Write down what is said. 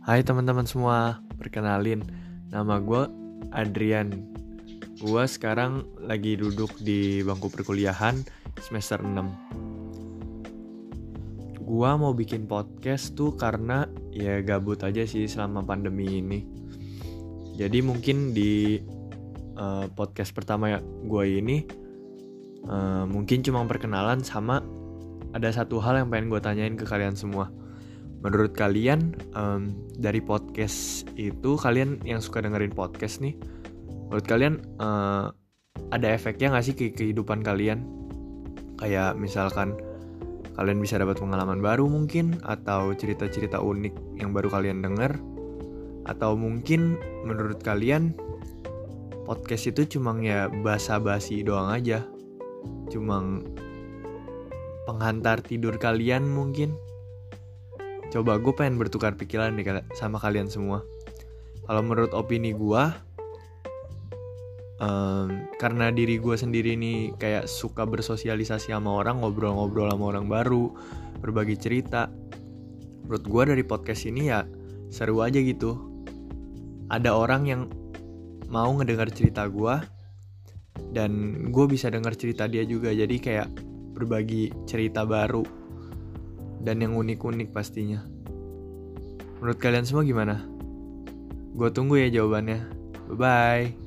Hai teman-teman semua, perkenalin, nama gue Adrian. Gue sekarang lagi duduk di bangku perkuliahan semester 6. Gue mau bikin podcast tuh karena ya gabut aja sih selama pandemi ini. Jadi mungkin di podcast pertama gue ini mungkin cuma perkenalan sama ada satu hal yang pengen gue tanyain ke kalian semua. Menurut kalian dari podcast itu, kalian yang suka dengerin podcast nih, menurut kalian ada efeknya gak sih ke kehidupan kalian? Kayak misalkan kalian bisa dapat pengalaman baru mungkin, atau cerita-cerita unik yang baru kalian denger, atau mungkin menurut kalian podcast itu cuma ya basa-basi doang aja, cuma penghantar tidur kalian mungkin. Coba gue pengen bertukar pikiran nih sama kalian semua. Kalau menurut opini gue, karena diri gue sendiri nih kayak suka bersosialisasi sama orang, ngobrol-ngobrol sama orang baru, berbagi cerita. Menurut gue dari podcast ini ya seru aja gitu. Ada orang yang mau ngedengar cerita gue, dan gue bisa dengar cerita dia juga. Jadi kayak berbagi cerita baru dan yang unik-unik pastinya. Menurut kalian semua gimana? Gue tunggu ya jawabannya. Bye-bye.